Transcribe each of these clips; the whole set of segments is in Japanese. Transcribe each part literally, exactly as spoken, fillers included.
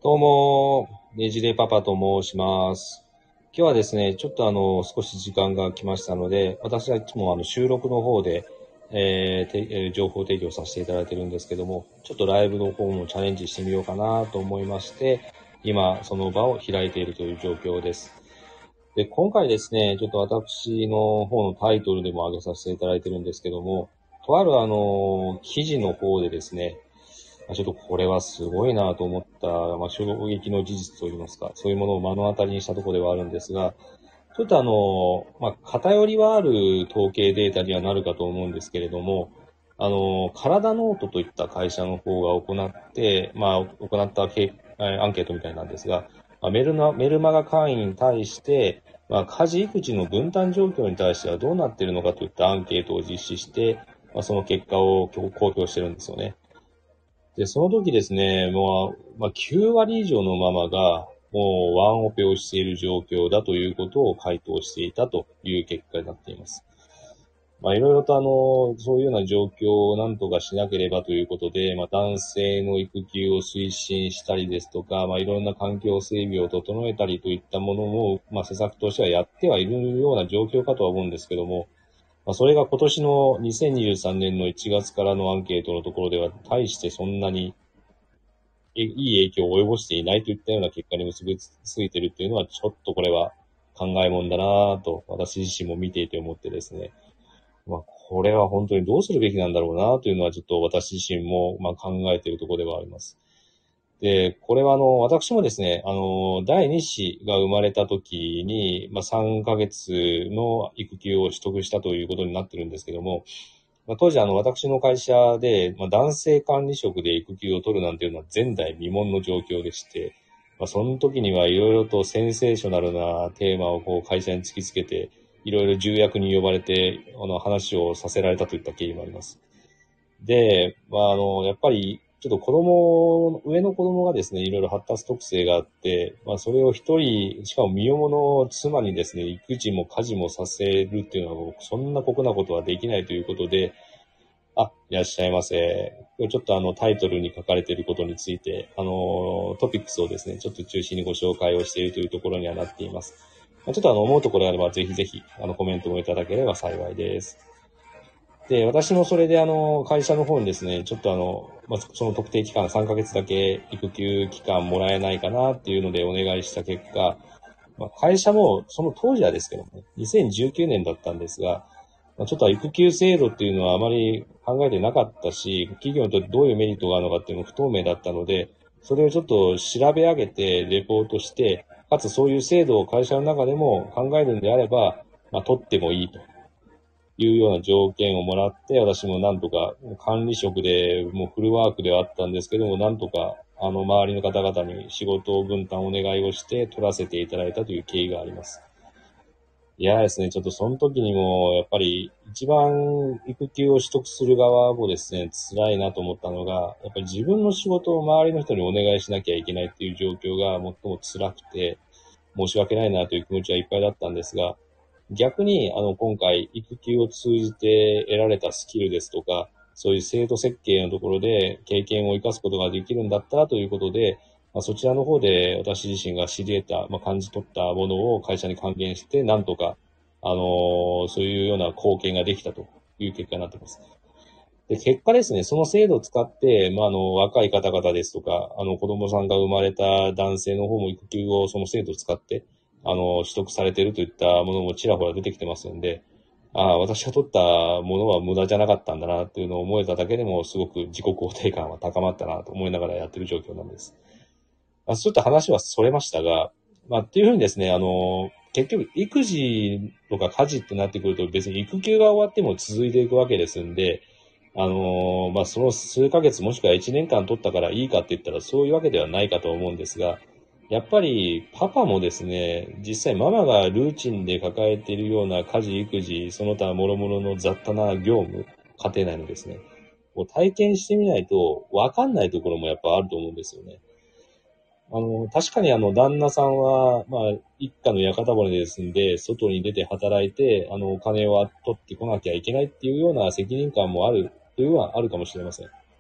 どうも、ねじれパパと申します。今日はですね、ちょっとあの、少し時間が来ましたので、私はいつもあの収録の方で、えーてえー情報提供させていただいてるんですけども、ちょっとライブの方もチャレンジしてみようかなと思いまして、今その場を開いているという状況です。で、今回ですね、ちょっと私の方のタイトルでも上げさせていただいてるんですけども、とあるあの、記事の方でですね、まあちょっとこれはすごいなと思った、まあ、衝撃の事実といいますか、そういうものを目の当たりにしたところではあるんですが、ちょっとあの、まあ、偏りはある統計データにはなるかと思うんですけれども、あの、体ノートといった会社の方が行って、まあ、行ったけえーアンケートみたいなんですが、まあ、メルマ、メルマガ会員に対して、まあ、家事育児の分担状況に対してはどうなっているのかといったアンケートを実施して、まあ、その結果を公表してるんですよね。で、その時ですね、もう、まあ、きゅう割以上のママが、もうワンオペをしている状況だということを回答していたという結果になっています。まあ、いろいろとあの、そういうような状況を何とかしなければということで、まあ、男性の育休を推進したりですとか、まあ、いろんな環境整備を整えたりといったものも、まあ、施策としてはやってはいるような状況かとは思うんですけども、まあ、それが今年のにせんにじゅうさんねんのいちがつからのアンケートのところでは、大してそんなにいい影響を及ぼしていないといったような結果に結びついているっていうのは、ちょっとこれは考えもんだなぁと、私自身も見ていて思ってですね。まあ、これは本当にどうするべきなんだろうなというのは、ちょっと私自身もまあ考えているところではあります。で、これはあの、私もですね、あの、だいに子が生まれた時に、まあ、さんかげつの育休を取得したということになってるんですけども、まあ、当時あの、私の会社で、まあ、男性管理職で育休を取るなんていうのは前代未聞の状況でして、まあ、その時にはいろいろとセンセーショナルなテーマをこう会社に突きつけて、いろいろ重役に呼ばれて、あの、話をさせられたといった経緯もあります。で、まあ、あの、やっぱり、ちょっと子供、上の子供がですね、いろいろ発達特性があって、まあ、それを一人、しかも身重の妻にですね、育児も家事もさせるっていうのは、もうそんな酷なことはできないということで、あ、いらっしゃいませ。今日ちょっとあの、タイトルに書かれていることについて、あの、トピックスをですね、ちょっと中心にご紹介をしているというところにはなっています。まあちょっとあの、思うところがあれば、ぜひぜひ、あの、コメントもいただければ幸いです。で、私もそれであの、会社の方にですね、ちょっとあの、まあ、その特定期間さんかげつだけ育休期間もらえないかなっていうのでお願いした結果、まあ、会社もその当時はですけどね、にせんじゅうきゅうねんだったんですが、まあ、ちょっと育休制度っていうのはあまり考えてなかったし、企業にとってどういうメリットがあるのかっていうのも不透明だったので、それをちょっと調べ上げてレポートして、かつそういう制度を会社の中でも考えるんであれば、まあ、取ってもいいというような条件をもらって、私もなんとか管理職でもうフルワークではあったんですけども、なんとかあの周りの方々に仕事を分担お願いをして取らせていただいたという経緯があります。いやですね、ちょっとその時にも、やっぱり一番育休を取得する側もですね、辛いなと思ったのが、やっぱり自分の仕事を周りの人にお願いしなきゃいけないっていう状況が最も辛くて、申し訳ないなという気持ちはいっぱいだったんですが、逆に、あの、今回、育休を通じて得られたスキルですとか、そういう制度設計のところで経験を生かすことができるんだったらということで、まあ、そちらの方で私自身が知り得た、まあ、感じ取ったものを会社に還元して、なんとか、あのーそういうような貢献ができたという結果になっています。で、結果ですね、その制度を使って、まあ、あの、若い方々ですとか、あの、子供さんが生まれた男性の方も育休をその制度を使って、あの、取得されているといったものもちらほら出てきてますんで、ああ、私が取ったものは無駄じゃなかったんだなっていうのを思えただけでも、すごく自己肯定感は高まったなと思いながらやってる状況なんです。あ、ちょっと話はそれましたが、まあ、っていうふうにですね、あの、結局、育児とか家事ってなってくると別に育休が終わっても続いていくわけですんで、あの、まあ、その数ヶ月もしくはいちねんかん取ったからいいかって言ったらそういうわけではないかと思うんですが、やっぱりパパもですね、実際ママがルーチンで抱えているような家事、育児、その他諸々の雑多な業務、家庭内のですね、を体験してみないとわかんないところもやっぱあると思うんですよね。あの、確かにあの、旦那さんは、まあ、一家の屋形骨ですんで、外に出て働いて、あの、お金を取ってこなきゃいけないっていうような責任感もある、というのはあるかもしれません。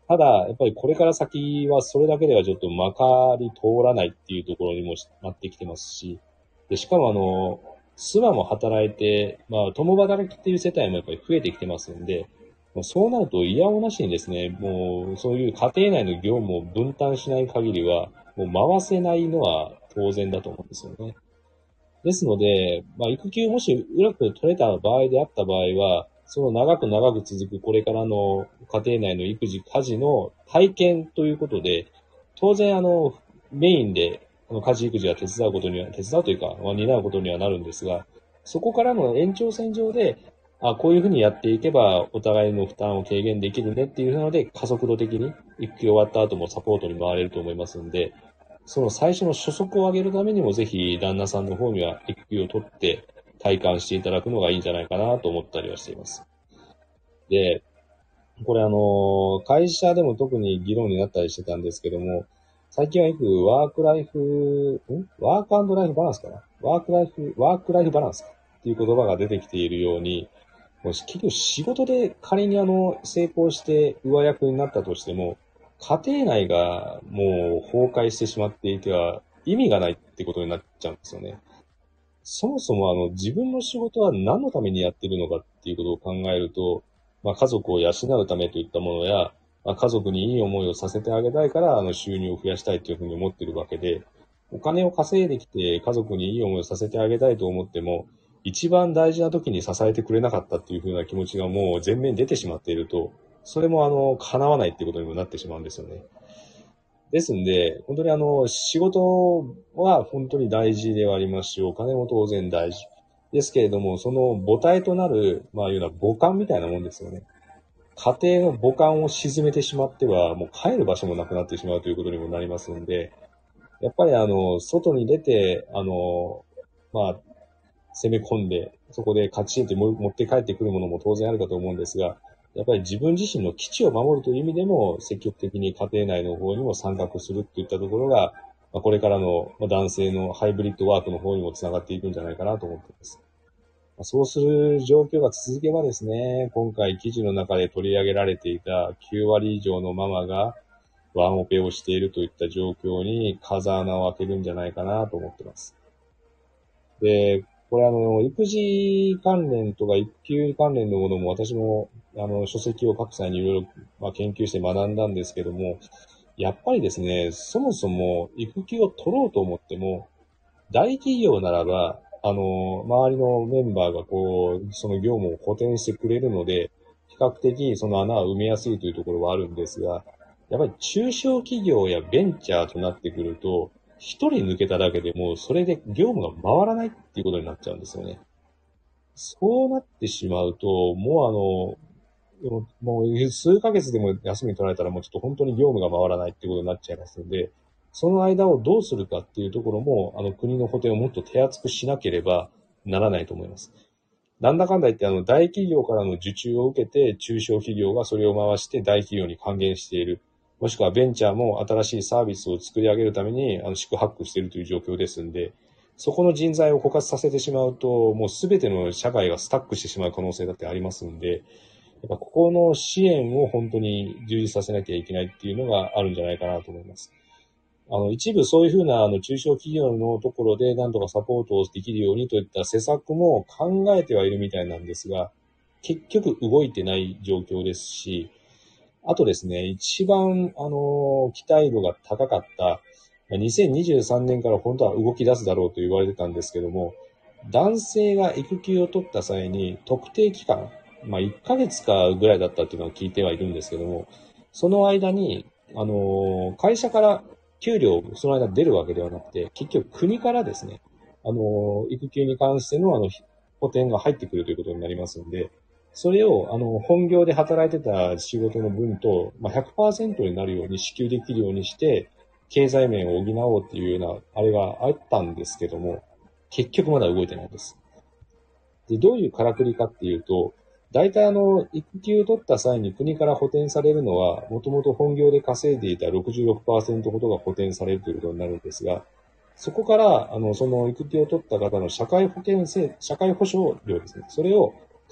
ただ、やっぱりこれから先はそれだけではちょっとまかり通らないっていうところにもなってきてますし、で、しかもあの、妻も働いて、まあ、共働きっていう世帯もやっぱり増えてきてますんで、もうそうなると嫌おなしにですね、もうそういう家庭内の業務を分担しない限りは、もう回せないのは当然だと思うんですよね。ですので、まあ、育休もしうまく取れた場合であった場合は、その長く長く続くこれからの家庭内の育児、家事の体験ということで、当然あの、メインであの家事育児は手伝うことには、手伝うというか、まあ、担うことにはなるんですが、そこからの延長線上で、あ、こういうふうにやっていけばお互いの負担を軽減できるねっていうので、加速度的に育休終わった後もサポートに回れると思いますんで、その最初の初速を上げるためにも、ぜひ旦那さんの方には育休を取って体感していただくのがいいんじゃないかなと思ったりはしています。で、これあの、会社でも特に議論になったりしてたんですけども、最近はよくワークライフ、んワークライフバランスかなワークライフ、ワークライフバランスかっていう言葉が出てきているように、もう結局仕事で仮にあの、成功して上役になったとしても、家庭内がもう崩壊してしまっていては意味がないってことになっちゃうんですよね。そもそもあの、自分の仕事は何のためにやってるのかっていうことを考えると、まあ家族を養うためといったものや、まあ、家族にいい思いをさせてあげたいから、あの収入を増やしたいというふうに思ってるわけで、お金を稼いできて家族にいい思いをさせてあげたいと思っても、一番大事な時に支えてくれなかったっていうふうな気持ちがもう前面に出てしまっていると、それもあの、叶わないっていうことにもなってしまうんですよね。ですんで、本当にあの、仕事は本当に大事ではありますし、お金も当然大事。ですけれども、その母体となる、まあ、いうような母艦みたいなもんですよね。家庭の母艦を沈めてしまっては、もう帰る場所もなくなってしまうということにもなりますんで、やっぱりあの、外に出て、あの、まあ、攻め込んで、そこで勝ちって持って帰ってくるものも当然あるかと思うんですが、やっぱり自分自身の基地を守るという意味でも、積極的に家庭内の方にも参画するっていったところが、まあ、これからの男性のハイブリッドワークの方にもつながっていくんじゃないかなと思っています。まあ、そうする状況が続けばですね、今回記事の中で取り上げられていたきゅう割以上のママがワンオペをしているといった状況に風穴を開けるんじゃないかなと思っています。で、これあの、育児関連とか育休関連のものも私も、あの、書籍を書く際にいろいろ、まあ、研究して学んだんですけども、やっぱりですね、そもそも育休を取ろうと思っても、大企業ならば、あの、周りのメンバーがこう、その業務を補填してくれるので、比較的その穴は埋めやすいというところはあるんですが、やっぱり中小企業やベンチャーとなってくると、一人抜けただけでも、それで業務が回らないっていうことになっちゃうんですよね。そうなってしまうと、もうあの、もう数ヶ月でも休み取られたらもうちょっと本当に業務が回らないっていうことになっちゃいますので、その間をどうするかっていうところも、あの国の補填をもっと手厚くしなければならないと思います。なんだかんだ言ってあの大企業からの受注を受けて中小企業がそれを回して大企業に還元している。もしくはベンチャーも新しいサービスを作り上げるためにあの四苦八苦しているという状況ですんで、そこの人材を枯渇させてしまうと、もうすべての社会がスタックしてしまう可能性だってありますんで、やっぱここの支援を本当に充実させなきゃいけないっていうのがあるんじゃないかなと思います。あの、一部そういうふうなあの中小企業のところで何とかサポートをできるようにといった施策も考えてはいるみたいなんですが、結局動いてない状況ですし、あとですね、一番、あの、期待度が高かった、にせんにじゅうさんねんから本当は動き出すだろうと言われてたんですけども、男性が育休を取った際に特定期間、まあいっかげつかぐらいだったっていうのは聞いてはいるんですけども、その間に、あの、会社から給料その間出るわけではなくて、結局国からですね、あの、育休に関してのあの、補填が入ってくるということになりますので、それを、あの、本業で働いてた仕事の分と、まあ、ひゃくパーセントになるように支給できるようにして、経済面を補おうっていうような、あれがあったんですけども、結局まだ動いてないです。で、どういうからくりかっていうと、大体あの、育休を取った際に国から補填されるのは、もともと本業で稼いでいたろくじゅうろくパーセントほどが補填されるということになるんですが、そこから、あの、その育休を取った方の社会保険制、社会保障料ですね。それを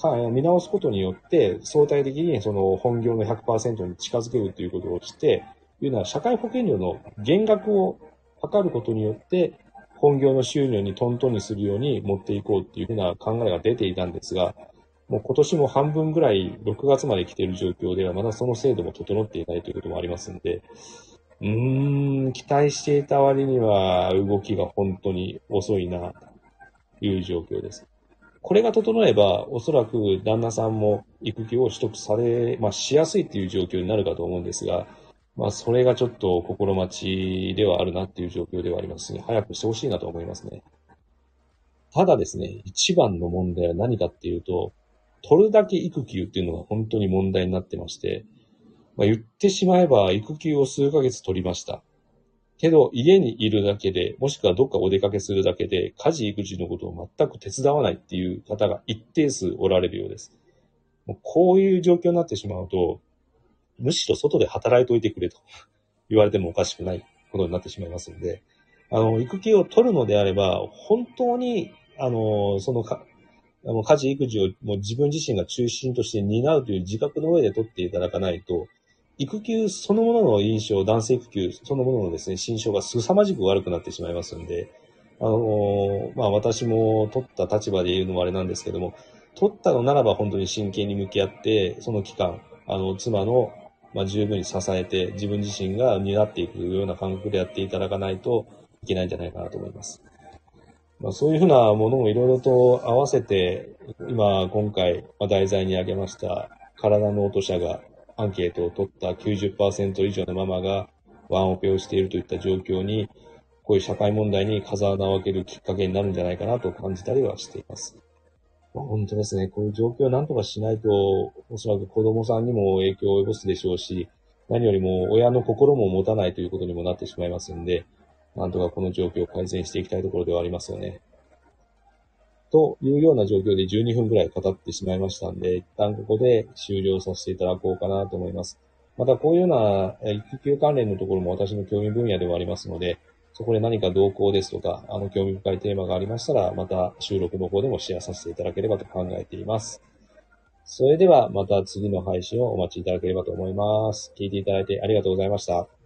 か見直すことによって、相対的にその本業の ひゃくパーセント に近づけるということをして、いうのは社会保険料の減額を図ることによって、本業の収入にトントンにするように持っていこうっていうふうな考えが出ていたんですが、もう今年も半分ぐらいろくがつまで来ている状況では、まだその制度も整っていないということもありますので、うーん、期待していた割には動きが本当に遅いな、という状況です。これが整えば、おそらく旦那さんも育休を取得され、まあしやすいっていう状況になるかと思うんですが、まあそれがちょっと心待ちではあるなっていう状況ではありますし、早くしてほしいなと思いますね。ただですね、一番の問題は何かっていうと、取るだけ育休っていうのが本当に問題になってまして、まあ、言ってしまえば育休を数ヶ月取りました。けど、家にいるだけで、もしくはどっかお出かけするだけで、家事育児のことを全く手伝わないっていう方が一定数おられるようです。もうこういう状況になってしまうと、むしろ外で働いておいてくれと言われてもおかしくないことになってしまいますので、あの、育休を取るのであれば、本当に、あの、そのか、あの家事育児をもう自分自身が中心として担うという自覚の上で取っていただかないと、育休そのものの印象、男性育休そのもののですね、心象が凄まじく悪くなってしまいますので、あの、まあ私も取った立場で言うのもあれなんですけども、取ったのならば本当に真剣に向き合って、その期間、あの、妻の、まあ、十分に支えて、自分自身が担っていくような感覚でやっていただかないといけないんじゃないかなと思います。まあ、そういうふうなものもいろいろと合わせて、今、今回、まあ、題材に挙げました、体の落としがアンケートを取ったきゅうじゅっパーセント以上のママがワンオペをしているといった状況に、こういう社会問題に風穴を開けるきっかけになるんじゃないかなと感じたりはしています。まあ、本当ですね。こういう状況を何とかしないと、おそらく子供さんにも影響を及ぼすでしょうし、何よりも親の心も持たないということにもなってしまいますので、なんとかこの状況を改善していきたいところではありますよね。というような状況でじゅうにふんぐらい語ってしまいましたんで、一旦ここで終了させていただこうかなと思います。またこういうような育休関連のところも私の興味分野ではありますので、そこで何か動向ですとか、あの興味深いテーマがありましたら、また収録の方でもシェアさせていただければと考えています。それではまた次の配信をお待ちいただければと思います。聞いていただいてありがとうございました。